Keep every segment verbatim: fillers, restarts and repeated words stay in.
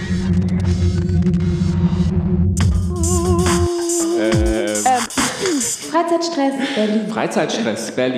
Ähm, Freizeitstress Berlin. Freizeitstress Berlin.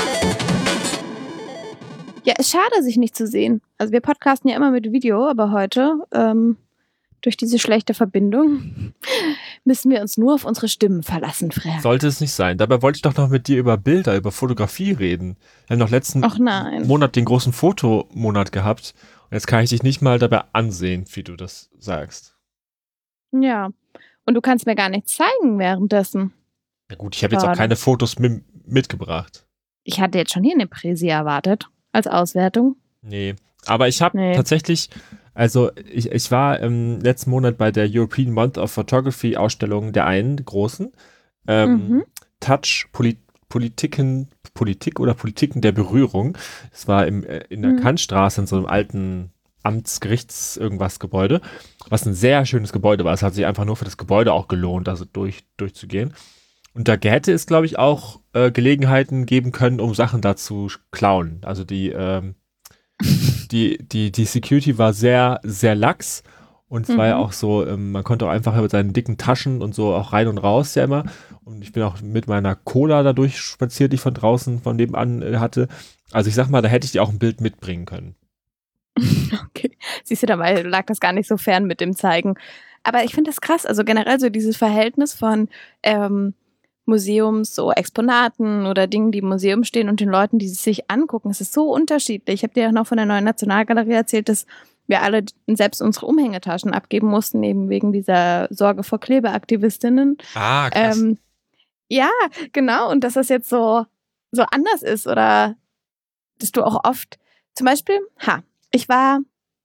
Ja, ist schade, sich nicht zu sehen. Also wir podcasten ja immer mit Video, aber heute, ähm, durch diese schlechte Verbindung, müssen wir uns nur auf unsere Stimmen verlassen, Freya. Sollte es nicht sein. Dabei wollte ich doch noch mit dir über Bilder, über Fotografie reden. Wir haben doch letzten Ach nein. Monat den großen Fotomonat gehabt. Und jetzt kann ich dich nicht mal dabei ansehen, wie du das sagst. Ja. Und du kannst mir gar nichts zeigen währenddessen. Ja gut, ich habe jetzt auch keine Fotos mi- mitgebracht. Ich hatte jetzt schon hier eine Präsi erwartet, als Auswertung. Nee, aber ich habe Nee. tatsächlich, also ich, ich war im letzten Monat bei der European Month of Photography Ausstellung der einen großen. Ähm, Mhm. Touch, Poli- Politiken, Politik oder Politiken der Berührung. Es war im, äh, in der Mhm. Kantstraße in so einem alten Amtsgerichts irgendwas Gebäude, was ein sehr schönes Gebäude war. Es hat sich einfach nur für das Gebäude auch gelohnt, also durch, durchzugehen. Und da hätte es, glaube ich, auch äh, Gelegenheiten geben können, um Sachen da zu klauen. Also die, ähm, die, die, die Security war sehr, sehr lax. Und es war ja Mhm. auch so, ähm, man konnte auch einfach mit seinen dicken Taschen und so auch rein und raus ja immer. Und ich bin auch mit meiner Cola da durchspaziert, die ich von draußen, von nebenan äh, hatte. Also ich sag mal, da hätte ich dir auch ein Bild mitbringen können. Okay. Siehst du, dabei lag das gar nicht so fern mit dem Zeigen. Aber ich finde das krass. Also generell so dieses Verhältnis von ähm, Museums, so Exponaten oder Dingen, die im Museum stehen und den Leuten, die es sich angucken. Es ist so unterschiedlich. Ich habe dir ja noch von der neuen Nationalgalerie erzählt, dass wir alle selbst unsere Umhängetaschen abgeben mussten, eben wegen dieser Sorge vor Klebeaktivistinnen. Ah, Ähm, ja, genau. Und dass das jetzt so, so anders ist oder dass du auch oft, zum Beispiel, ha, ich war,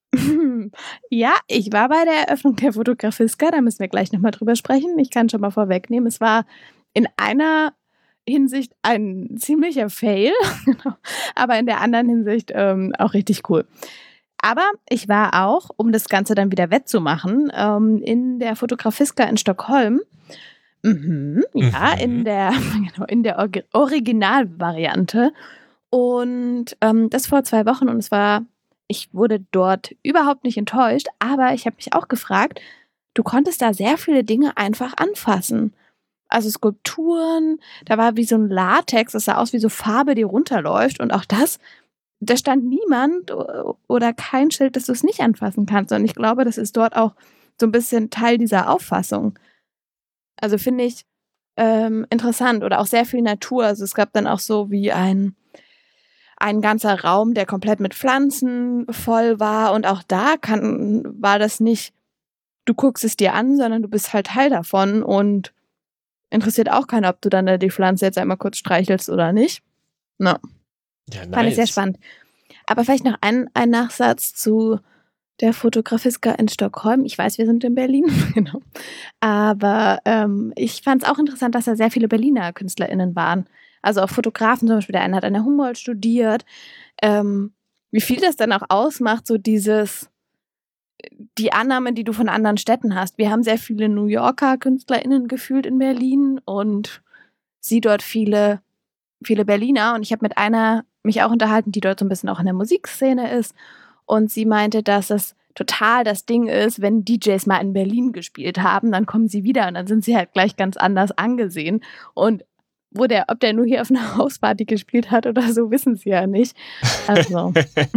ja, ich war bei der Eröffnung der Fotografiska, da müssen wir gleich nochmal drüber sprechen. Ich kann schon mal vorwegnehmen, es war in einer Hinsicht ein ziemlicher Fail, aber in der anderen Hinsicht ähm, auch richtig cool. Aber ich war auch, um das Ganze dann wieder wettzumachen, ähm, in der Fotografiska in Stockholm. Mhm, ja, Mhm. in der, genau, in der Or- Originalvariante. Und ähm, das vor zwei Wochen und es war, ich wurde dort überhaupt nicht enttäuscht, aber ich habe mich auch gefragt, du konntest da sehr viele Dinge einfach anfassen. Also Skulpturen, da war wie so ein Latex, das sah aus wie so Farbe, die runterläuft und auch das, da stand niemand o- oder kein Schild, dass du es nicht anfassen kannst und ich glaube, das ist dort auch so ein bisschen Teil dieser Auffassung. Also finde ich ähm, interessant oder auch sehr viel Natur, also es gab dann auch so wie ein ein ganzer Raum, der komplett mit Pflanzen voll war und auch da kann, war das nicht, du guckst es dir an, sondern du bist halt Teil davon und interessiert auch keiner, ob du dann da die Pflanze jetzt einmal kurz streichelst oder nicht. No. Ja, nice. Fand ich sehr spannend. Aber vielleicht noch ein, ein Nachsatz zu der Fotografiska in Stockholm. Ich weiß, wir sind in Berlin, genau. Aber ähm, ich fand es auch interessant, dass da sehr viele Berliner KünstlerInnen waren. Also auch Fotografen, zum Beispiel der eine hat an der Humboldt studiert. Ähm, wie viel das dann auch ausmacht, so dieses, die Annahme, die du von anderen Städten hast. Wir haben sehr viele New Yorker KünstlerInnen gefühlt in Berlin und sie dort viele, viele Berliner. Und ich habe mit einer mich auch unterhalten, die dort so ein bisschen auch in der Musikszene ist. Und sie meinte, dass es total das Ding ist, wenn D Js mal in Berlin gespielt haben, dann kommen sie wieder und dann sind sie halt gleich ganz anders angesehen. Und wo der, ob der nur hier auf einer Hausparty gespielt hat oder so, wissen sie ja nicht. Also.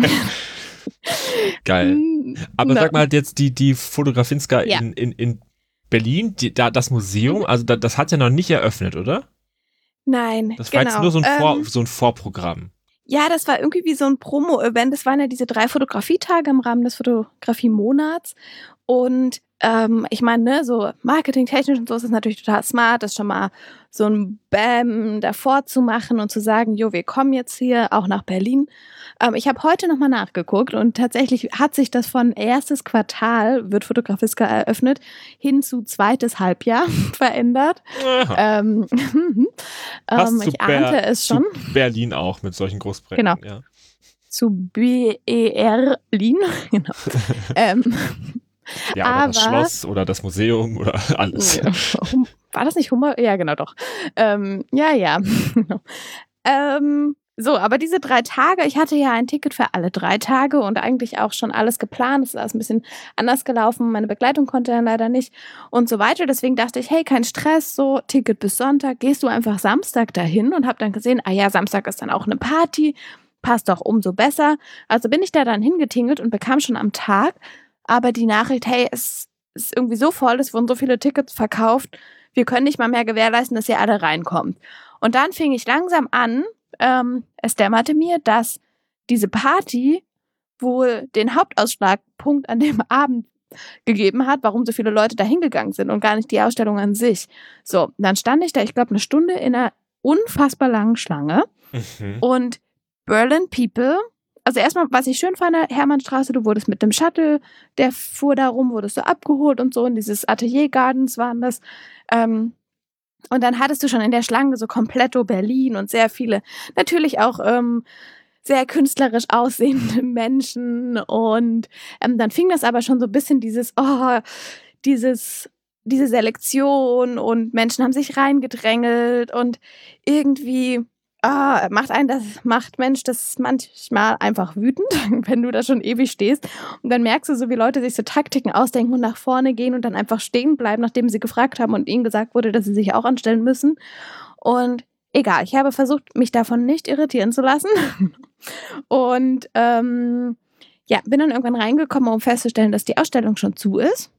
Geil. Aber Na. sag mal jetzt die, die Fotografinska Ja. in, in, in Berlin, die, da, das Museum, also da, das hat ja noch nicht eröffnet, oder? Nein, Das war genau. jetzt nur so ein, Vor, ähm, so ein Vorprogramm. Ja, das war irgendwie wie so ein Promo-Event. Das waren ja diese drei Fotografietage im Rahmen des Fotografie-Monats. Und ähm, ich meine, ne, so marketingtechnisch und so ist es natürlich total smart, das schon mal so ein Bam davor zu machen und zu sagen, jo, wir kommen jetzt hier auch nach Berlin. Ähm, ich habe heute nochmal nachgeguckt und tatsächlich hat sich das von erstes Quartal, wird Fotografiska eröffnet, hin zu zweites Halbjahr verändert. Aha. Ähm, Passt ähm, zu ich ahnte Ber- es schon. Zu Berlin auch mit solchen Großprojekten. Genau. Ja. Zu B E R Lin. Genau. ähm, Ja, oder das Aber- Schloss oder das Museum oder alles. ja, Hum- war das nicht Hummer? Ja, genau, doch. Ähm, ja, ja. Genau. ähm, So, aber diese drei Tage, ich hatte ja ein Ticket für alle drei Tage und eigentlich auch schon alles geplant. Es ist alles ein bisschen anders gelaufen. Meine Begleitung konnte dann leider nicht und so weiter. Deswegen dachte ich, hey, kein Stress, so Ticket bis Sonntag. Gehst du einfach Samstag dahin und habe dann gesehen, ah ja, Samstag ist dann auch eine Party. Passt doch umso besser. Also bin ich da dann hingetingelt und bekam schon am Tag aber die Nachricht, hey, es ist irgendwie so voll, es wurden so viele Tickets verkauft, wir können nicht mal mehr gewährleisten, dass ihr alle reinkommt. Und dann fing ich langsam an, ähm, es dämmerte mir, dass diese Party wohl den Hauptausschlagpunkt an dem Abend gegeben hat, warum so viele Leute da hingegangen sind und gar nicht die Ausstellung an sich. So, dann stand ich da, ich glaube, eine Stunde in einer unfassbar langen Schlange Mhm. und Berlin People, also erstmal, was ich schön fand, Hermannstraße, du wurdest mit dem Shuttle, der fuhr da rum, wurdest du abgeholt und so, in dieses Atelier Gardens waren das. Ähm, und dann hattest du schon in der Schlange so kompletto Berlin und sehr viele, natürlich auch ähm, sehr künstlerisch aussehende Menschen. Und ähm, dann fing das aber schon so ein bisschen dieses, oh, dieses, diese Selektion und Menschen haben sich reingedrängelt und irgendwie ah, macht einen das, macht Mensch das manchmal einfach wütend, wenn du da schon ewig stehst und dann merkst du so, wie Leute sich so Taktiken ausdenken und nach vorne gehen und dann einfach stehen bleiben, nachdem sie gefragt haben und ihnen gesagt wurde, dass sie sich auch anstellen müssen. Und egal, ich habe versucht, mich davon nicht irritieren zu lassen und ähm, ja, bin dann irgendwann reingekommen, um festzustellen, dass die Ausstellung schon zu ist.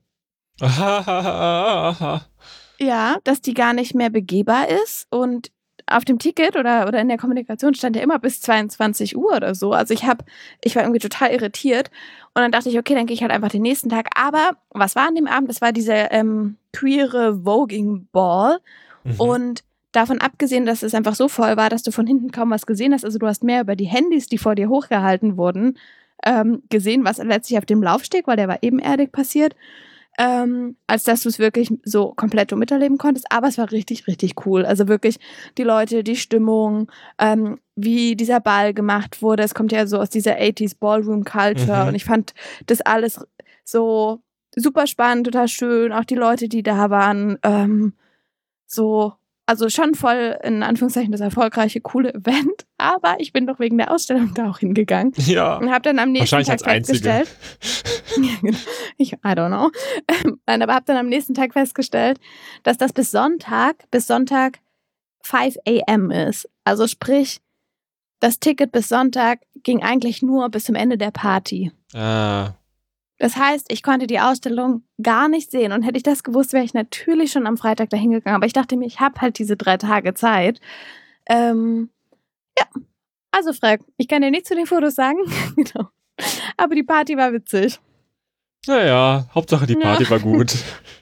Aha. Ja, dass die gar nicht mehr begehbar ist und auf dem Ticket oder, oder in der Kommunikation stand ja immer bis zweiundzwanzig Uhr oder so. Also ich habe, ich war irgendwie total irritiert und dann dachte ich, okay, dann gehe ich halt einfach den nächsten Tag. Aber was war an dem Abend? Das war dieser ähm, queere Voguing Ball Mhm. und davon abgesehen, dass es einfach so voll war, dass du von hinten kaum was gesehen hast. Also du hast mehr über die Handys, die vor dir hochgehalten wurden, ähm, gesehen, was letztlich auf dem Laufsteg, weil der war ebenerdig passiert. Ähm, als dass du es wirklich so komplett miterleben konntest. Aber es war richtig, richtig cool. Also wirklich die Leute, die Stimmung, ähm, wie dieser Ball gemacht wurde. Es kommt ja so aus dieser achtziger Ballroom Culture. Mhm. Und ich fand das alles so super spannend, total schön. Auch die Leute, die da waren, ähm, so, also schon voll in Anführungszeichen das erfolgreiche, coole Event. Aber ich bin doch wegen der Ausstellung da auch hingegangen. Ja. Und habe dann am nächsten Wahrscheinlich Tag als Einzige. festgestellt, ich, I don't know, nein, aber habe dann am nächsten Tag festgestellt, dass das bis Sonntag, bis Sonntag fünf a.m. ist. Also sprich, das Ticket bis Sonntag ging eigentlich nur bis zum Ende der Party. Ah. Das heißt, ich konnte die Ausstellung gar nicht sehen. Und hätte ich das gewusst, wäre ich natürlich schon am Freitag dahin gegangen. Aber ich dachte mir, ich habe halt diese drei Tage Zeit. Ähm, ja, also Frank, ich kann dir nichts zu den Fotos sagen. Genau. Aber die Party war witzig. Naja, Hauptsache die Party Ja. war gut.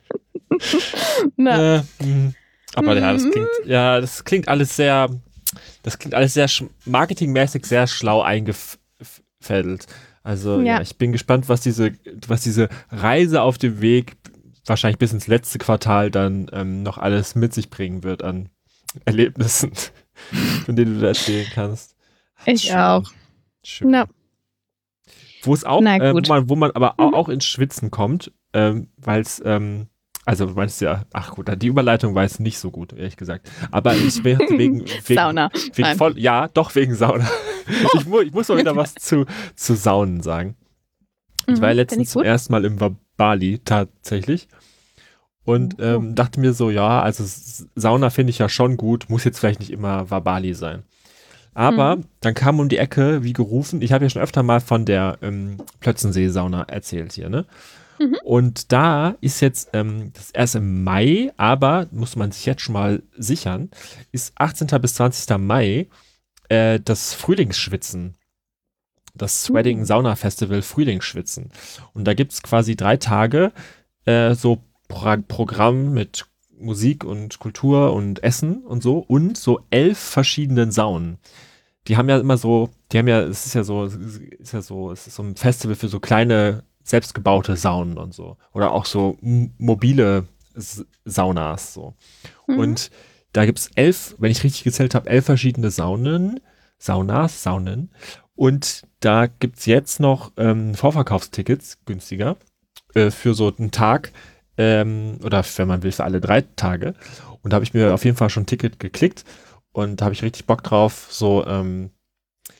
Na, Äh, mh. Aber ja, das Mhm. klingt, ja, das klingt alles sehr, das klingt alles sehr sch- marketingmäßig sehr schlau eingefädelt. Also ja. Ja. ich bin gespannt, was diese, was diese Reise auf dem Weg wahrscheinlich bis ins letzte Quartal dann ähm, noch alles mit sich bringen wird an Erlebnissen, von denen du da erzählen kannst. Ich Schön. auch. Schön. Na. Wo es auch, Na äh, gut. wo man, wo man aber Mhm. auch, auch ins Schwitzen kommt, ähm, weil es, ähm, also du meinst ja, ach gut, die Überleitung war jetzt nicht so gut, ehrlich gesagt. Aber ich will wegen, wegen Sauna. Wegen Nein. voll, ja, doch wegen Sauna. Ich, mu ich muss mal wieder was zu, zu Saunen sagen. Ich Mhm, war ja find letztens ich zum gut. ersten Mal im Bali tatsächlich und Oh. ähm, dachte mir so, ja, also S- Sauna finde ich ja schon gut, muss jetzt vielleicht nicht immer Wabali sein. Aber Mhm. dann kam um die Ecke, wie gerufen, ich habe ja schon öfter mal von der ähm, Plötzensee-Sauna erzählt hier, ne? Mhm. Und da ist jetzt, ähm, das ist erst im Mai, aber muss man sich jetzt schon mal sichern, ist achtzehnten bis zwanzigsten Mai äh, das Frühlingsschwitzen. Das Sweating Uh. Sauna Festival Frühlingsschwitzen. Und da gibt es quasi drei Tage äh, so Pro Programm mit Musik und Kultur und Essen und so und so elf verschiedenen Saunen. Die haben ja immer so, die haben ja, es ist ja so, es ist ja so, es ist so ein Festival für so kleine, selbstgebaute Saunen und so. Oder auch so m- mobile S Saunas so. Mhm. Und da gibt es elf, wenn ich richtig gezählt habe, elf verschiedene Saunen, Saunas, Saunen. Und da gibt es jetzt noch ähm, Vorverkaufstickets, günstiger, äh, für so einen Tag ähm, oder wenn man will, für alle drei Tage. Und da habe ich mir auf jeden Fall schon ein Ticket geklickt und da habe ich richtig Bock drauf, so ähm,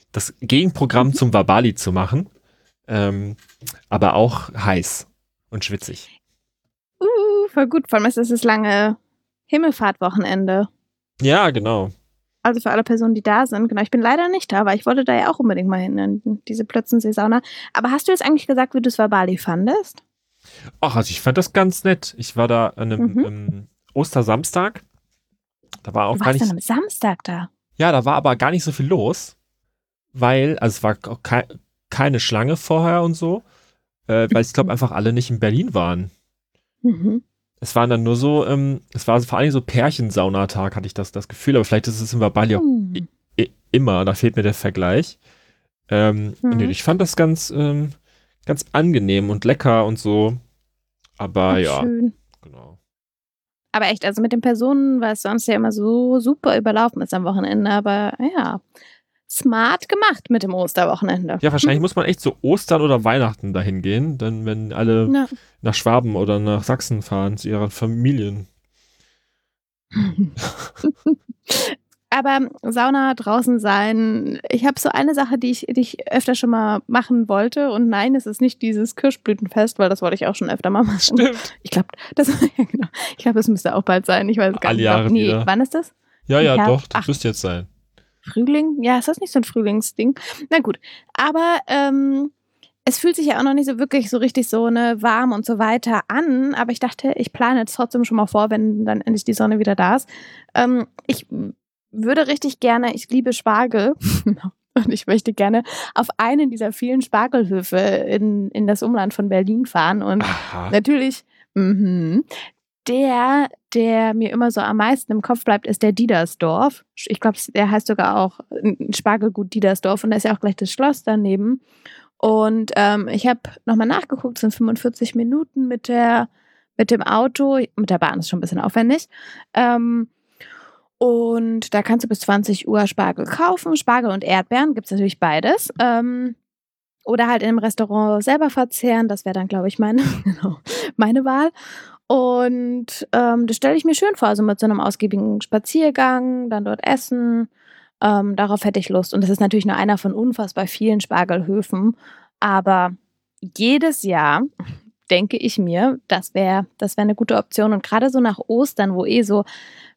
das Gegenprogramm zum Wabali zu machen, ähm, aber auch heiß und schwitzig. Uh, voll gut. Vor allem ist es das lange Himmelfahrtwochenende. Ja, genau. Also für alle Personen, die da sind. Genau, ich bin leider nicht da, aber ich wollte da ja auch unbedingt mal hin, in diese Plötzensee-Sauna. Aber hast du jetzt eigentlich gesagt, wie du es Wabali fandest? Ach, also ich fand das ganz nett. Ich war da an einem Mhm. ähm, Ostersamstag. Da war auch Du gar warst nicht. dann am Samstag da. Ja, da war aber gar nicht so viel los, weil, also es war auch kei keine Schlange vorher und so, äh, weil ich glaube einfach alle nicht in Berlin waren. Mhm. Es waren dann nur so, ähm, es war vor allem so Pärchensaunatag, hatte ich das, das Gefühl, aber vielleicht ist es in Wabali auch Mhm. i- immer, da fehlt mir der Vergleich. Ähm, Mhm. nee, ich fand das ganz, ähm, ganz angenehm und lecker und so, aber Ach, ja, schön. genau. Aber echt, also mit den Personen, weil es sonst ja immer so super überlaufen ist am Wochenende. Aber ja, smart gemacht mit dem Osterwochenende. Ja, wahrscheinlich muss man echt so Ostern oder Weihnachten dahin gehen, dann wenn alle Ja. nach Schwaben oder nach Sachsen fahren zu ihren Familien. Aber Sauna, draußen sein. Ich habe so eine Sache, die ich, die ich öfter schon mal machen wollte. Und nein, es ist nicht dieses Kirschblütenfest, weil das wollte ich auch schon öfter mal machen. Stimmt. Ich glaube, das, ja, genau. Ich glaube, es müsste auch bald sein. Ich weiß gar Alle nicht. Jahre Nee, wieder. wann ist das? Ja, ja, Ja, doch, das ach. müsste jetzt sein. Frühling? Ja, ist das nicht so ein Frühlingsding? Na gut. Aber ähm, es fühlt sich ja auch noch nicht so wirklich so richtig so ne, warm und so weiter an. Aber ich dachte, ich plane jetzt trotzdem schon mal vor, wenn dann endlich die Sonne wieder da ist. Ähm, ich würde richtig gerne, ich liebe Spargel und ich möchte gerne auf einen dieser vielen Spargelhöfe in, in das Umland von Berlin fahren. Und Aha. natürlich, mhm, der, der mir immer so am meisten im Kopf bleibt, ist der Diedersdorf. Ich glaube, der heißt sogar auch Spargelgut Diedersdorf und da ist ja auch gleich das Schloss daneben. Und ähm, ich habe nochmal nachgeguckt, es sind fünfundvierzig Minuten mit der mit dem Auto, mit der Bahn ist schon ein bisschen aufwendig. Ähm, und da kannst du bis zwanzig Uhr Spargel kaufen. Spargel und Erdbeeren gibt es natürlich beides. Ähm, oder halt in einem Restaurant selber verzehren. Das wäre dann, glaube ich, meine, genau, meine Wahl. Und ähm, das stelle ich mir schön vor, also mit so einem ausgiebigen Spaziergang, dann dort essen. Ähm, darauf hätte ich Lust. Und das ist natürlich nur einer von unfassbar vielen Spargelhöfen. Aber jedes Jahr denke ich mir, das wäre das wär eine gute Option. Und gerade so nach Ostern, wo eh so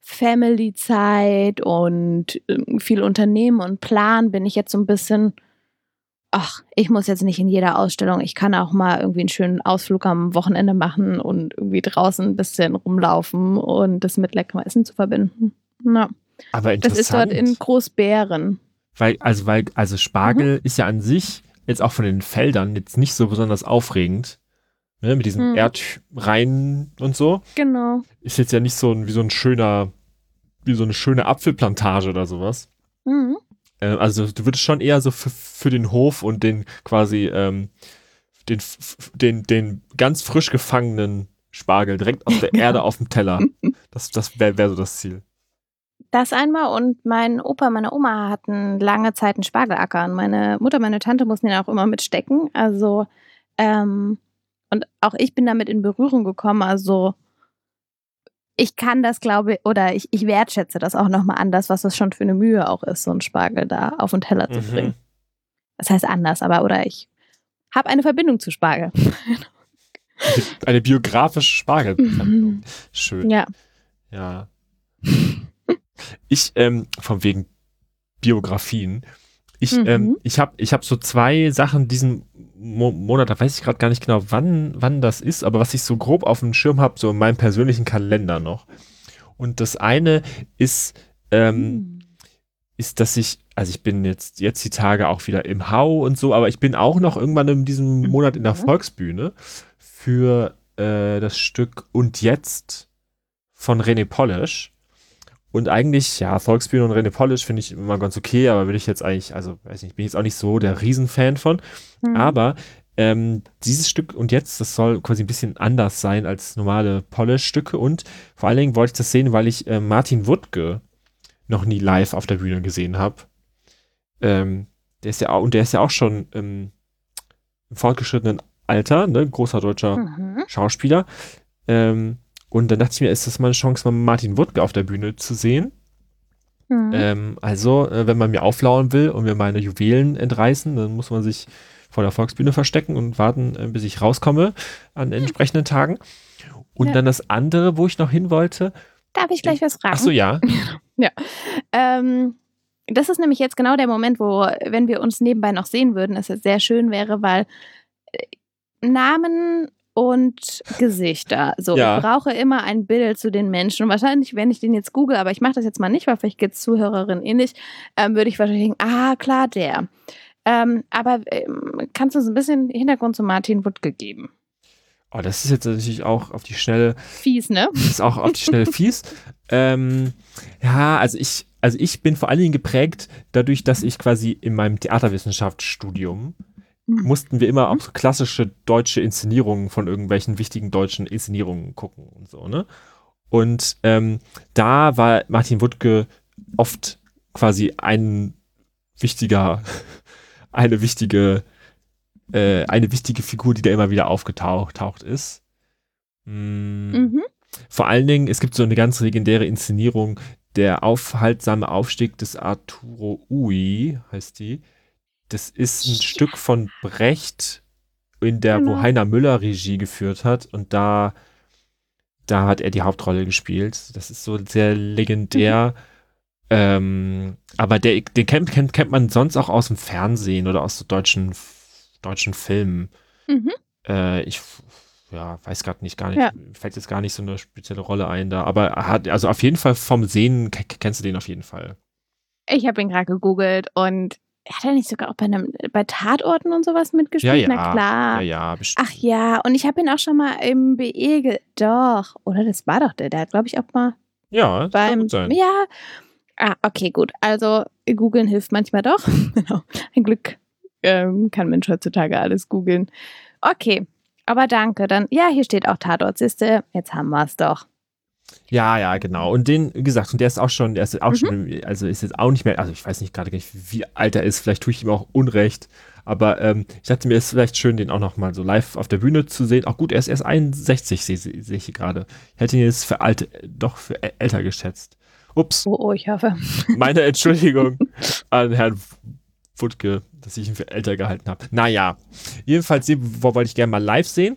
Family-Zeit und äh, viel Unternehmen und Plan, bin ich jetzt so ein bisschen, ach, ich muss jetzt nicht in jeder Ausstellung. Ich kann auch mal irgendwie einen schönen Ausflug am Wochenende machen und irgendwie draußen ein bisschen rumlaufen und das mit leckerem Essen zu verbinden. Ja. Aber Das ist dort in Großbären. Weil, also, weil, also Spargel mhm. ist ja an sich jetzt auch von den Feldern jetzt nicht so besonders aufregend. Ne, mit diesen mhm. Erdreihen und so. Genau. Ist jetzt ja nicht so ein, wie so ein schöner, wie so eine schöne Apfelplantage oder sowas. Mhm. Äh, also du würdest schon eher so für, für den Hof und den quasi ähm, den, den, den ganz frisch gefangenen Spargel direkt aus der Erde auf dem Teller. Das, das wäre wär so das Ziel. Das einmal und mein Opa, meine Oma hatten lange Zeit einen Spargelacker und meine Mutter, meine Tante mussten den auch immer mitstecken. Also ähm, und auch ich bin damit in Berührung gekommen. Also ich kann das, glaube ich, oder ich, ich wertschätze das auch nochmal anders, was das schon für eine Mühe auch ist, so einen Spargel da auf den Teller zu bringen. Mhm. Das heißt anders, aber oder ich habe eine Verbindung zu Spargel. Eine biografische Spargelverbindung. Mhm. Schön. Ja. Ja. Ich, ähm, von wegen Biografien, ich, mhm. ähm, ich habe ich hab so zwei Sachen diesen Mo- Monat, da weiß ich gerade gar nicht genau, wann, wann das ist, aber was ich so grob auf dem Schirm habe, so in meinem persönlichen Kalender noch. Und das eine ist, ähm, mhm. ist, dass ich, also ich bin jetzt, jetzt die Tage auch wieder im Hau und so, aber ich bin auch noch irgendwann in diesem Monat in der Volksbühne für äh, das Stück Und jetzt von René Polish. Und eigentlich, ja, Volksbühne und René Polish finde ich immer ganz okay, aber will ich jetzt eigentlich, also weiß nicht, bin ich jetzt auch nicht so der Riesenfan von. Mhm. Aber ähm, dieses Stück Und jetzt, das soll quasi ein bisschen anders sein als normale Polish-Stücke. Und vor allen Dingen wollte ich das sehen, weil ich äh, Martin Wuttke noch nie live auf der Bühne gesehen habe. Ähm, der ist ja auch, und der ist ja auch schon ähm, im fortgeschrittenen Alter, ne, großer deutscher mhm. Schauspieler. Ähm, Und dann dachte ich mir, ist das mal eine Chance, mal Martin Wuttke auf der Bühne zu sehen. Mhm. Ähm, also, äh, wenn man mir auflauern will und mir meine Juwelen entreißen, dann muss man sich vor der Volksbühne verstecken und warten, äh, bis ich rauskomme an entsprechenden Tagen. Und Ja. dann das andere, wo ich noch hin wollte. Darf ich gleich was fragen? Ach so, ja. Ja. Ähm, das ist nämlich jetzt genau der Moment, wo, wenn wir uns nebenbei noch sehen würden, es sehr schön wäre, weil äh, Namen und Gesichter. So, Ja. ich brauche immer ein Bild zu den Menschen. Und wahrscheinlich, wenn ich den jetzt google, aber ich mache das jetzt mal nicht, weil vielleicht geht es Zuhörerinnen ähnlich, ähm, würde ich wahrscheinlich denken, ah, klar, der. Ähm, aber ähm, kannst du uns ein bisschen Hintergrund zu Martin Wuttke geben? Oh, das ist jetzt natürlich auch auf die Schnelle. Fies, ne? Das ist auch auf die Schnelle fies. ähm, ja, also ich, also ich bin vor allen Dingen geprägt dadurch, dass ich quasi in meinem Theaterwissenschaftsstudium Mhm. mussten wir immer auch so klassische deutsche Inszenierungen von irgendwelchen wichtigen deutschen Inszenierungen gucken und so, ne? Und ähm, da war Martin Wuttke oft quasi ein wichtiger, eine wichtige, äh, eine wichtige Figur, die da immer wieder aufgetaucht taucht ist. Mm, Mhm. Vor allen Dingen, es gibt so eine ganz legendäre Inszenierung, der aufhaltsame Aufstieg des Arturo Ui, heißt die. Das ist ein Ja. Stück von Brecht, in der, wo Genau. Heiner Müller Regie geführt hat, und da, da hat er die Hauptrolle gespielt. Das ist so sehr legendär. Ähm, aber der, den kennt, kennt, kennt man sonst auch aus dem Fernsehen oder aus so deutschen, deutschen Filmen. Mhm. Äh, ich ja, weiß gerade nicht, gar nicht, Ja. fällt jetzt gar nicht so eine spezielle Rolle ein da, aber er hat, also auf jeden Fall vom Sehen k- kennst du den auf jeden Fall. Ich habe ihn gerade gegoogelt und hat er nicht sogar auch bei, einem, bei Tatorten und sowas mitgespielt? Ja, ja. Na klar. Ja, ja, bestimmt. Ach ja, und ich habe ihn auch schon mal im B E ge doch, oder das war doch der, der hat glaube ich auch mal Ja, das kann beim gut sein. ja. Ah, okay, gut. Also googeln hilft manchmal doch. Genau. Ein Glück ähm, kann Mensch heutzutage alles googeln. Okay, aber danke. Dann ja, hier steht auch Tatort. Siehste, jetzt haben wir es doch. Ja, ja, genau. Und den, wie gesagt, und der ist auch schon, der ist auch Mhm. schon, also ist jetzt auch nicht mehr, also ich weiß nicht gerade, wie alt er ist, vielleicht tue ich ihm auch Unrecht, aber ähm, ich dachte mir, es ist vielleicht schön, den auch noch mal so live auf der Bühne zu sehen. Auch gut, er ist erst einundsechzig, sehe seh, seh ich hier gerade. Ich hätte ihn jetzt für alt, doch für ä- älter geschätzt. Ups, Oh, oh, ich hoffe. meine Entschuldigung an Herrn Wuttke, dass ich ihn für älter gehalten habe. Naja, jedenfalls, den wollte ich gerne mal live sehen.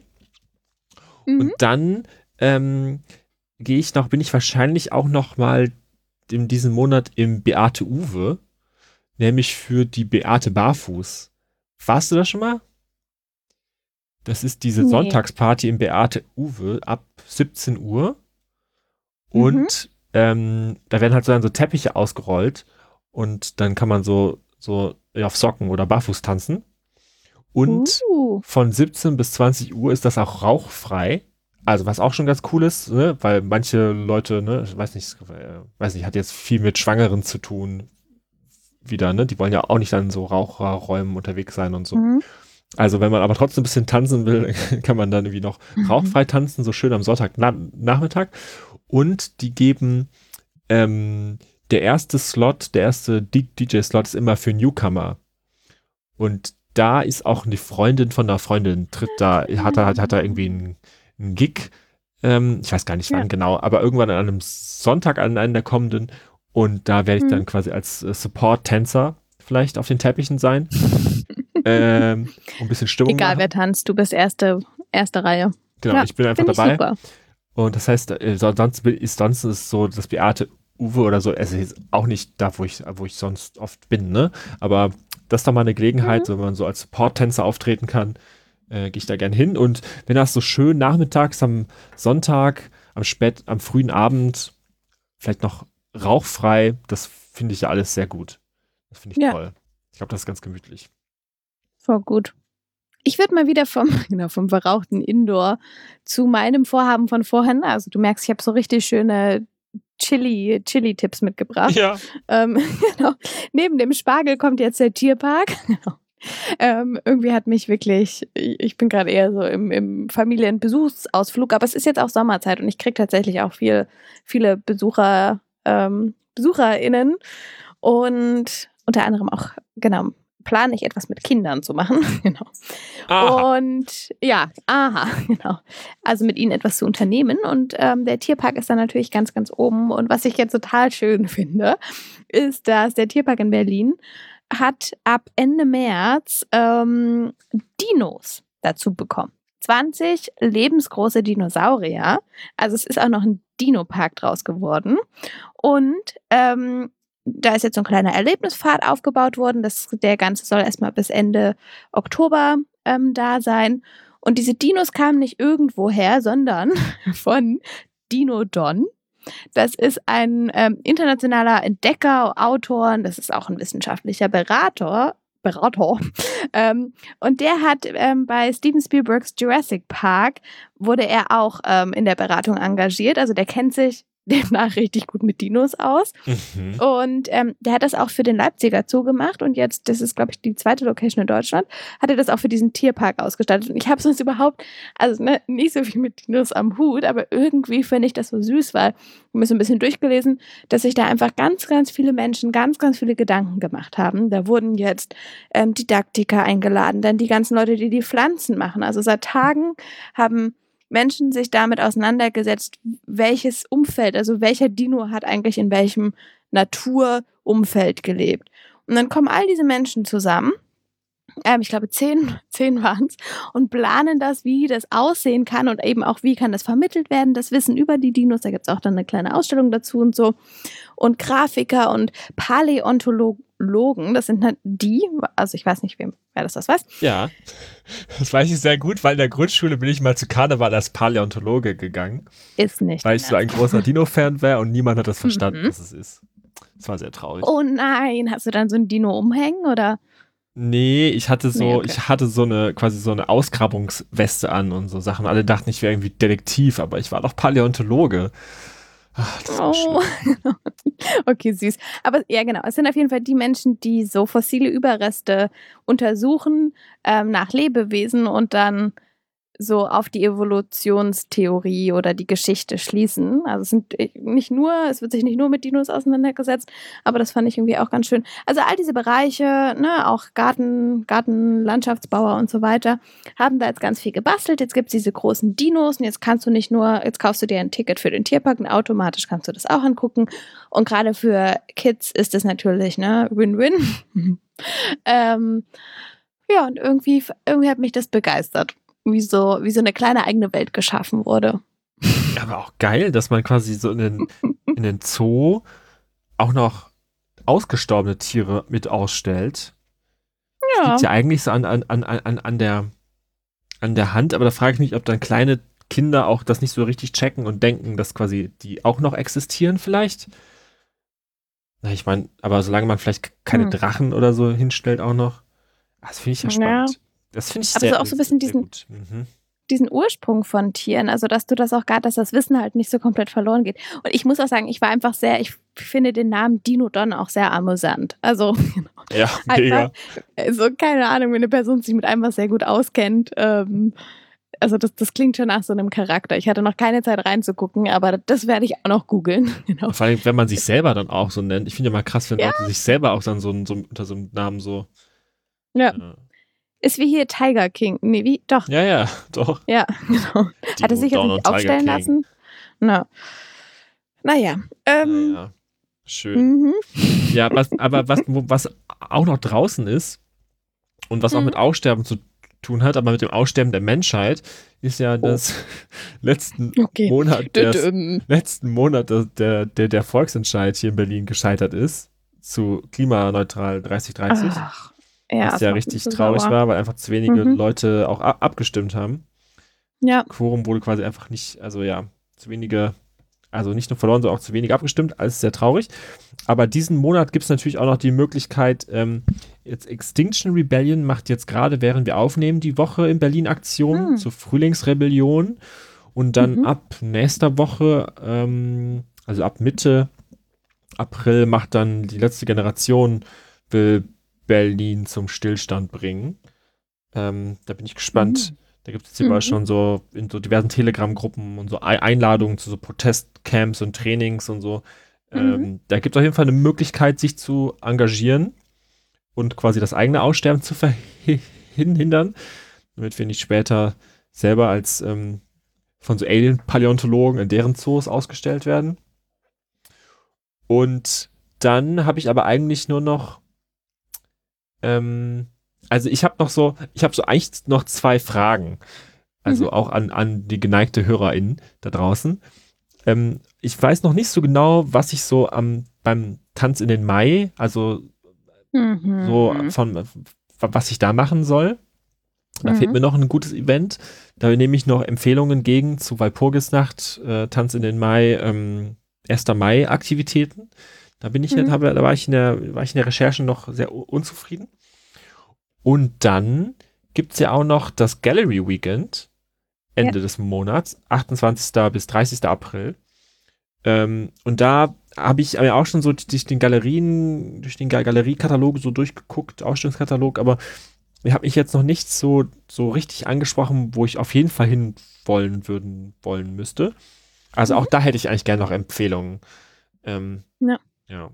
Mhm. Und dann ähm, gehe ich noch, bin ich wahrscheinlich auch noch mal in diesem Monat im Beate Uwe, nämlich für die Beate Barfuß. Warst du da schon mal? Das ist diese Nee. Sonntagsparty im Beate Uwe ab siebzehn Uhr. Und ähm, da werden halt so, dann so Teppiche ausgerollt und dann kann man so, so ja, auf Socken oder barfuß tanzen. Und Uh. von siebzehn bis zwanzig Uhr ist das auch rauchfrei. Also was auch schon ganz cool ist, ne? Weil manche Leute, ne, ich weiß nicht, äh, weiß nicht, hat jetzt viel mit Schwangeren zu tun wieder, ne? Die wollen ja auch nicht dann so Raucherräumen unterwegs sein und so. Mhm. Also wenn man aber trotzdem ein bisschen tanzen will, kann man dann irgendwie noch rauchfrei tanzen, so schön am Sonntagnachmittag. Und die geben ähm, der erste Slot, der erste D J-Slot ist immer für Newcomer. Und da ist auch eine Freundin von einer Freundin, tritt da, hat da, hat, hat da irgendwie einen, einen Gig, ähm, ich weiß gar nicht wann Ja. genau, aber irgendwann an einem Sonntag, an einem der kommenden, und da werde ich Mhm. dann quasi als äh, Support-Tänzer vielleicht auf den Teppichen sein. ähm, um ein bisschen Stimmung Egal machen. wer tanzt, du bist erste, erste Reihe. Genau, Ja, ich bin einfach Finde ich dabei. super. Und das heißt, äh, so- sonst ist, sonst ist es so, das Beate Uwe oder so, es ist auch nicht da, wo ich, wo ich sonst oft bin, ne? Aber das ist doch mal eine Gelegenheit, Mhm. so, wenn man so als Support-Tänzer auftreten kann, äh, gehe ich da gern hin. Und wenn das so schön nachmittags am Sonntag, am spät, am frühen Abend, vielleicht noch rauchfrei, das finde ich ja alles sehr gut. Das finde ich Ja. toll. Ich glaube, das ist ganz gemütlich. Voll gut. Ich würde mal wieder vom, genau, vom verrauchten Indoor zu meinem Vorhaben von vorhin. Also du merkst, ich habe so richtig schöne Chili, Chili-Tipps mitgebracht. Ja. Ähm, genau. Neben dem Spargel kommt jetzt der Tierpark. Genau. Ähm, irgendwie hat mich wirklich, ich bin gerade eher so im, im Familienbesuchsausflug, aber es ist jetzt auch Sommerzeit und ich kriege tatsächlich auch viel, viele Besucher, ähm, BesucherInnen und unter anderem auch, genau, plane ich etwas mit Kindern zu machen. Genau. Aha. Und ja, aha, genau. Also mit ihnen etwas zu unternehmen. Und ähm, der Tierpark ist dann natürlich ganz, ganz oben. Und was ich jetzt total schön finde, ist, dass der Tierpark in Berlin hat ab Ende März ähm, Dinos dazu bekommen. zwanzig lebensgroße Dinosaurier. Also es ist auch noch ein Dino-Park draus geworden. Und ähm, da ist jetzt so ein kleiner Erlebnispfad aufgebaut worden. Das, der Ganze soll erstmal bis Ende Oktober ähm, da sein. Und diese Dinos kamen nicht irgendwo her, sondern von Dinodon. Das ist ein ähm, internationaler Entdecker, Autor, das ist auch ein wissenschaftlicher Berater. Berater. ähm, und der hat ähm, bei Steven Spielbergs Jurassic Park wurde er auch ähm, in der Beratung engagiert. Also der kennt sich demnach richtig gut mit Dinos aus. Mhm. Und ähm, der hat das auch für den Leipziger Zoo gemacht. Und jetzt, das ist, glaube ich, die zweite Location in Deutschland, hat er das auch für diesen Tierpark ausgestaltet. Und ich habe sonst überhaupt, also ne, nicht so viel mit Dinos am Hut, aber irgendwie finde ich das so süß, weil ich habe mir so ein bisschen durchgelesen, dass sich da einfach ganz, ganz viele Menschen ganz, ganz viele Gedanken gemacht haben. Da wurden jetzt ähm, Didaktiker eingeladen, dann die ganzen Leute, die die Pflanzen machen. Also seit Tagen haben Menschen sich damit auseinandergesetzt, welches Umfeld, also welcher Dino hat eigentlich in welchem Naturumfeld gelebt. Und dann kommen all diese Menschen zusammen, ähm, ich glaube zehn, zehn waren es, und planen das, wie das aussehen kann und eben auch, wie kann das vermittelt werden, das Wissen über die Dinos. Da gibt es auch dann eine kleine Ausstellung dazu und so. Und Grafiker und Paläontologen, das sind halt die, also ich weiß nicht, wem, wer das das weiß. Ja, das weiß ich sehr gut, weil in der Grundschule bin ich mal zu Karneval als Paläontologe gegangen. Ist nicht. Weil ich so ein großer Dino-Fan wäre und niemand hat das verstanden, Mhm. was es ist. Das war sehr traurig. Oh nein, hast du dann so ein Dino umhängen oder? Nee, ich hatte so, Nee, okay. ich hatte so eine, quasi so eine Ausgrabungsweste an und so Sachen. Alle dachten, ich wäre irgendwie Detektiv, aber ich war doch Paläontologe. Ach, das war Oh. schlimm. Okay, süß. Aber ja, genau. Es sind auf jeden Fall die Menschen, die so fossile Überreste untersuchen ähm, nach Lebewesen und dann so auf die Evolutionstheorie oder die Geschichte schließen. Also es sind nicht nur, es wird sich nicht nur mit Dinos auseinandergesetzt, aber das fand ich irgendwie auch ganz schön. Also all diese Bereiche, ne, auch Garten, Garten, Landschaftsbauer und so weiter, haben da jetzt ganz viel gebastelt. Jetzt gibt es diese großen Dinos und jetzt kannst du nicht nur, jetzt kaufst du dir ein Ticket für den Tierpark und automatisch kannst du das auch angucken. Und gerade für Kids ist es natürlich, ne, Win-Win. ähm, ja, und irgendwie, irgendwie hat mich das begeistert. Wie so, wie so eine kleine eigene Welt geschaffen wurde. Aber auch geil, dass man quasi so in den, in den Zoo auch noch ausgestorbene Tiere mit ausstellt. Das Ja. liegt ja eigentlich so an, an, an, an, an, der, an der Hand, aber da frage ich mich, ob dann kleine Kinder auch das nicht so richtig checken und denken, dass quasi die auch noch existieren vielleicht. Na, ich meine, aber solange man vielleicht keine Hm. Drachen oder so hinstellt auch noch, das finde ich ja spannend. Ja. Das finde ich Aber sehr, so auch so ein bisschen sehr diesen- gut. Mhm. Diesen Ursprung von Tieren, also dass du das auch gar, dass das Wissen halt nicht so komplett verloren geht. Und ich muss auch sagen, ich war einfach sehr, ich finde den Namen Dinodon auch sehr amüsant. Also Ja, mega. einfach, also keine Ahnung, wenn eine Person sich mit einem was sehr gut auskennt, ähm, also das, das klingt schon nach so einem Charakter. Ich hatte noch keine Zeit reinzugucken, aber das werde ich auch noch googeln. Genau. Vor allem, wenn man sich selber dann auch so nennt. Ich finde ja mal krass, wenn Ja. Leute sich selber auch dann so, so unter so einem Namen so. Ja. äh, Ist wie hier Tiger King. Nee, wie? Doch. Ja, ja, doch. Ja, genau. Hat er sich jetzt Dinodon nicht und Tiger aufstellen King. lassen? Na. Naja. Ähm, Naja, schön. mhm. Ja, was, aber was, wo- was auch noch draußen ist und was auch Mhm. mit Aussterben zu tun hat, aber mit dem Aussterben der Menschheit, ist ja das letzten Okay. Monat, der, Düm. letzten Monat der, der, der, der Volksentscheid hier in Berlin gescheitert ist zu klimaneutral dreißig dreißig. Ach, ja, was das ja macht mich richtig so traurig sauer. war, weil einfach zu wenige Mhm. Leute auch ab abgestimmt haben. Ja. Quorum wurde quasi einfach nicht, also ja, zu wenige, also nicht nur verloren, sondern auch zu wenig abgestimmt. Alles sehr traurig. Aber diesen Monat gibt es natürlich auch noch die Möglichkeit, ähm, jetzt Extinction Rebellion macht jetzt gerade, während wir aufnehmen, die Woche in Berlin Aktion Hm. zur Frühlingsrebellion. Und dann Mhm. ab nächster Woche, ähm, also ab Mitte April, macht dann die letzte Generation, will Berlin zum Stillstand bringen. Ähm, da bin ich gespannt. Mhm. Da gibt es jetzt überall Mhm. schon so in so diversen Telegram-Gruppen und so Ei- Einladungen zu so Protestcamps und Trainings und so. Ähm, Mhm. da gibt es auf jeden Fall eine Möglichkeit, sich zu engagieren. und quasi das eigene Aussterben zu verhindern, damit wir nicht später selber als ähm, von so Alien-Paläontologen in deren Zoos ausgestellt werden. Und dann habe ich aber eigentlich nur noch ähm, also ich habe noch so, ich habe so eigentlich noch zwei Fragen. Also mhm. auch an, an die geneigte HörerInnen da draußen. Ähm, ich weiß noch nicht so genau, was ich so am beim Tanz in den Mai, also mhm. so von was ich da machen soll. Da mhm. fehlt mir noch ein gutes Event. Da nehme ich noch Empfehlungen gegen zu Walpurgisnacht, äh, Tanz in den Mai, ähm, erster Mai Aktivitäten. Da bin ich mhm. jetzt, habe, da war ich in der, war ich in der Recherche noch sehr unzufrieden. Und dann gibt es ja auch noch das Gallery Weekend Ende ja. des Monats, achtundzwanzigsten bis dreißigsten April. Ähm, und da habe ich mir auch schon so durch den Galerien, durch den Galeriekatalog so durchgeguckt, Ausstellungskatalog, aber ich habe mich jetzt noch nicht so, so richtig angesprochen, wo ich auf jeden Fall hin wollen würden, wollen müsste. Also mhm. auch da hätte ich eigentlich gerne noch Empfehlungen. Ähm, ja. ja.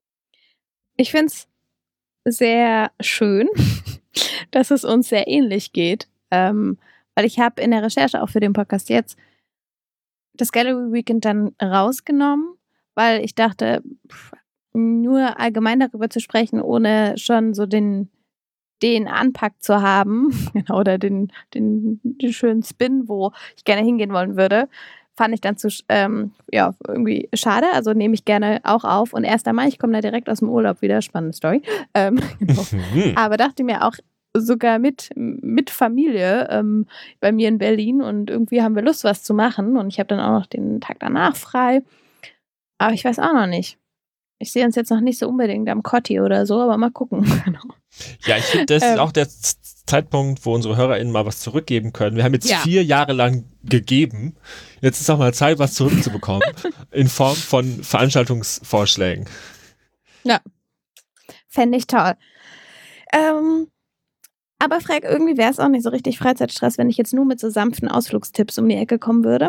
Ich finde es sehr schön, dass es uns sehr ähnlich geht. Ähm, weil ich habe in der Recherche auch für den Podcast jetzt das Gallery Weekend dann rausgenommen, weil ich dachte, pff, nur allgemein darüber zu sprechen, ohne schon so den, den Anpack zu haben, oder den, den, den schönen Spin, wo ich gerne hingehen wollen würde, fand ich dann zu, ähm, ja, irgendwie schade. Also nehme ich gerne auch auf. Und erster Mai, ich komme da direkt aus dem Urlaub wieder, spannende Story. Ähm, genau. Aber dachte mir auch, sogar mit, mit Familie ähm, bei mir in Berlin und irgendwie haben wir Lust, was zu machen und ich habe dann auch noch den Tag danach frei. Aber ich weiß auch noch nicht. Ich sehe uns jetzt noch nicht so unbedingt am Kotti oder so, aber mal gucken. Ja, ich finde, das ähm, ist auch der Z- Zeitpunkt, wo unsere HörerInnen mal was zurückgeben können. Wir haben jetzt ja. vier Jahre lang gegeben. Jetzt ist auch mal Zeit, was zurückzubekommen. In Form von Veranstaltungsvorschlägen. Ja. Fände ich toll. Ähm, Aber Frag, irgendwie wäre es auch nicht so richtig Freizeitstress, wenn ich jetzt nur mit so sanften Ausflugstipps um die Ecke kommen würde.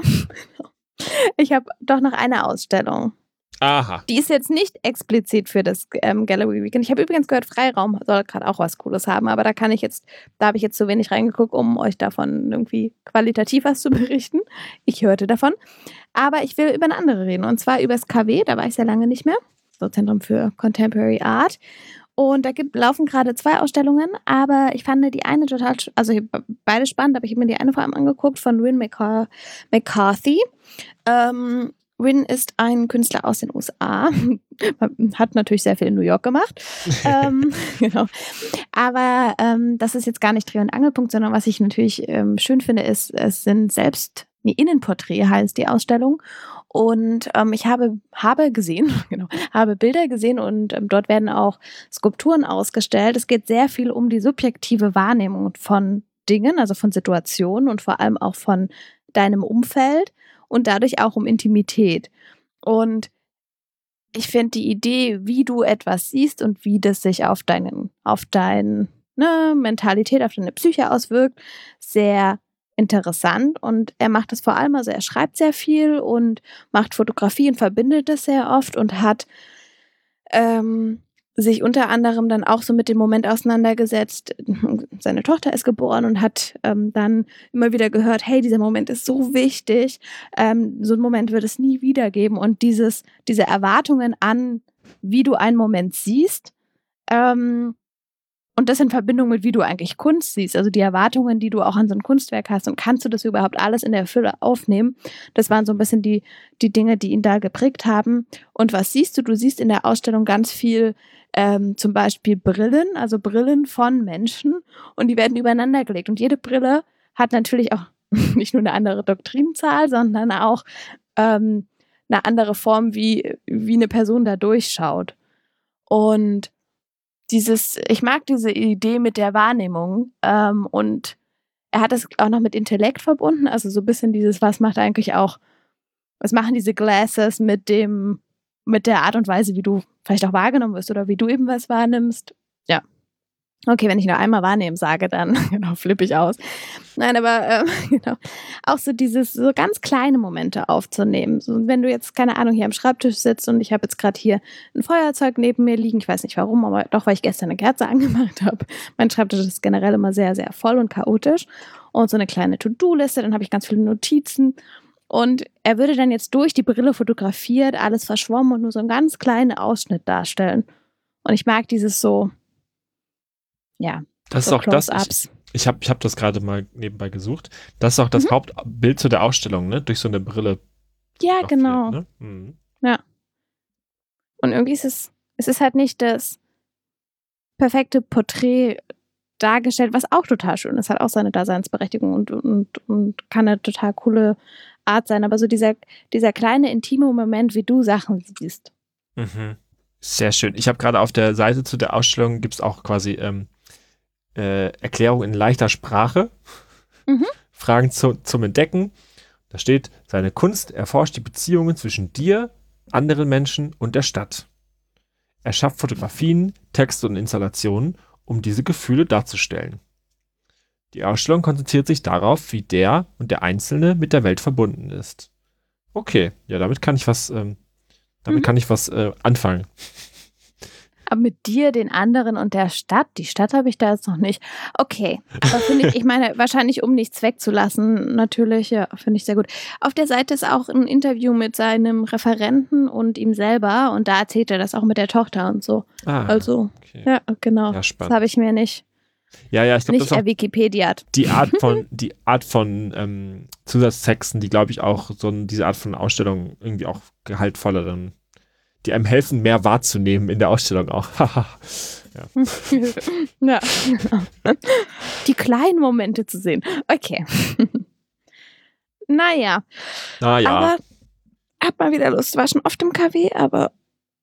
Ich habe doch noch eine Ausstellung. Aha. Die ist jetzt nicht explizit für das ähm, Gallery Weekend. Ich habe übrigens gehört, Freiraum soll gerade auch was Cooles haben, aber da kann ich jetzt, da habe ich jetzt zu wenig reingeguckt, um euch davon irgendwie qualitativ was zu berichten. Ich hörte davon. Aber ich will über eine andere reden, und zwar über das K W, da war ich sehr lange nicht mehr. So Zentrum für Contemporary Art. Und da gibt, laufen gerade zwei Ausstellungen, aber ich fand die eine total, also beide spannend, aber ich habe mir die eine vor allem angeguckt von Win McCar- McCarthy. Ähm, Win ist ein Künstler aus den U S A, hat natürlich sehr viel in New York gemacht. ähm, genau. Aber ähm, das ist jetzt gar nicht Dreh- und Angelpunkt, sondern was ich natürlich ähm, schön finde, ist, es sind selbst, nee, Innenporträt heißt die Ausstellung. Und ähm, ich habe, habe gesehen, genau, habe Bilder gesehen und ähm, dort werden auch Skulpturen ausgestellt. Es geht sehr viel um die subjektive Wahrnehmung von Dingen, also von Situationen und vor allem auch von deinem Umfeld und dadurch auch um Intimität. Und ich finde die Idee, wie du etwas siehst und wie das sich auf deinen, auf deine ne, Mentalität, auf deine Psyche auswirkt, sehr interessant, und er macht das vor allem, also er schreibt sehr viel und macht Fotografie und verbindet das sehr oft und hat ähm, sich unter anderem dann auch so mit dem Moment auseinandergesetzt, seine Tochter ist geboren und hat ähm, dann immer wieder gehört, hey, dieser Moment ist so wichtig, ähm, so einen Moment wird es nie wieder geben, und dieses, diese Erwartungen an, wie du einen Moment siehst, ähm, und das in Verbindung mit, wie du eigentlich Kunst siehst, also die Erwartungen, die du auch an so ein Kunstwerk hast, und kannst du das überhaupt alles in der Fülle aufnehmen? Das waren so ein bisschen die, die Dinge, die ihn da geprägt haben. Und was siehst du? Du siehst in der Ausstellung ganz viel, ähm, zum Beispiel Brillen, also Brillen von Menschen, und die werden übereinander gelegt. Und jede Brille hat natürlich auch nicht nur eine andere Doktrinzahl, sondern auch ähm, eine andere Form, wie, wie eine Person da durchschaut. Und Dieses, ich mag diese Idee mit der Wahrnehmung, ähm, und er hat es auch noch mit Intellekt verbunden, also so ein bisschen dieses, was macht eigentlich auch, was machen diese Glasses mit dem, mit der Art und Weise, wie du vielleicht auch wahrgenommen wirst oder wie du eben was wahrnimmst. Ja, Okay, wenn ich nur einmal wahrnehmen sage, dann genau, flippe ich aus. Nein, aber ähm, genau. Auch so dieses, so ganz kleine Momente aufzunehmen. So, wenn du jetzt, keine Ahnung, hier am Schreibtisch sitzt und ich habe jetzt gerade hier ein Feuerzeug neben mir liegen, ich weiß nicht warum, aber doch, weil ich gestern eine Kerze angemacht habe. Mein Schreibtisch ist generell immer sehr, sehr voll und chaotisch. Und so eine kleine To-Do-Liste, dann habe ich ganz viele Notizen. Und er würde dann jetzt durch die Brille fotografiert, alles verschwommen und nur so einen ganz kleinen Ausschnitt darstellen. Und ich mag dieses so, ja, das so ist auch das. Close-ups. Ich, ich habe ich hab das gerade mal nebenbei gesucht. Das ist auch das Mhm. Hauptbild zu der Ausstellung, ne? Durch so eine Brille. Ja, fotografiert, genau. Ne? Mhm. Ja. Und irgendwie ist es, es ist halt nicht das perfekte Porträt dargestellt, was auch total schön ist, hat auch seine Daseinsberechtigung und, und, und kann eine total coole Art sein. Aber so dieser, dieser kleine, intime Moment, wie du Sachen siehst. Mhm. Sehr schön. Ich habe gerade auf der Seite zu der Ausstellung gibt es auch quasi ähm, äh, Erklärung in leichter Sprache. Mhm. Fragen zu, zum Entdecken. Da steht, seine Kunst erforscht die Beziehungen zwischen dir, anderen Menschen und der Stadt. Er schafft Fotografien, Texte und Installationen, um diese Gefühle darzustellen. Die Ausstellung konzentriert sich darauf, wie der und der Einzelne mit der Welt verbunden ist. Okay, ja, damit kann ich was, ähm, damit Mhm. kann ich was äh, anfangen. Aber mit dir, den anderen und der Stadt, die Stadt habe ich da jetzt noch nicht. Okay, aber finde ich, ich meine, wahrscheinlich um nichts wegzulassen, natürlich, ja, finde ich sehr gut. Auf der Seite ist auch ein Interview mit seinem Referenten und ihm selber und da erzählt er das auch mit der Tochter und so. Ah, Also, okay. ja, genau. Ja, Das spannend. habe ich mir nicht, Ja, ja, ich glaube, das nicht ist auch er Wikipediat. die Art von, die Art von ähm, Zusatztexten, die, glaube ich, auch so ein, diese Art von Ausstellung irgendwie auch gehaltvolleren, die einem helfen, mehr wahrzunehmen in der Ausstellung auch. Ja. Ja, genau. Die kleinen Momente zu sehen. Okay. Naja, Naja, aber hab mal wieder Lust. War schon oft im K W, aber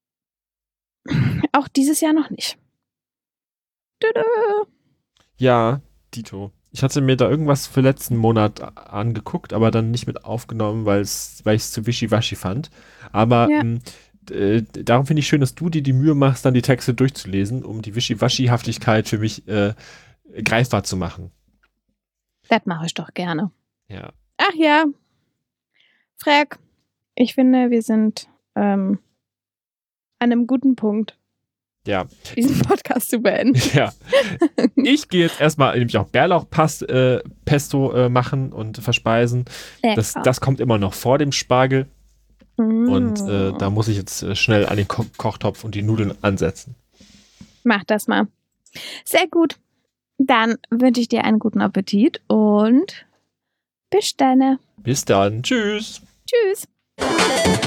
auch dieses Jahr noch nicht. Tüdü. ja, Dito. Ich hatte mir da irgendwas für letzten Monat a- angeguckt, aber dann nicht mit aufgenommen, weil's, weil ich es zu wischiwaschi fand. Aber Ja. ähm, d- äh, darum finde ich schön, dass du dir die Mühe machst, dann die Texte durchzulesen, um die Wischiwaschi-Haftigkeit für mich äh, greifbar zu machen. Das mache ich doch gerne. Ja. Ach ja. Frag, ich finde, wir sind ähm, an einem guten Punkt, Ja. diesen Podcast zu beenden. Ja. Ich gehe jetzt erstmal nämlich auch Bärlauchpesto äh, Pesto, äh, machen und verspeisen. Das, Lecker. das kommt immer noch vor dem Spargel. Mm. Und äh, da muss ich jetzt äh, schnell an den Ko Kochtopf und die Nudeln ansetzen. Mach das mal. Sehr gut. Dann wünsche ich dir einen guten Appetit und bis dann. Bis dann. Tschüss. Tschüss.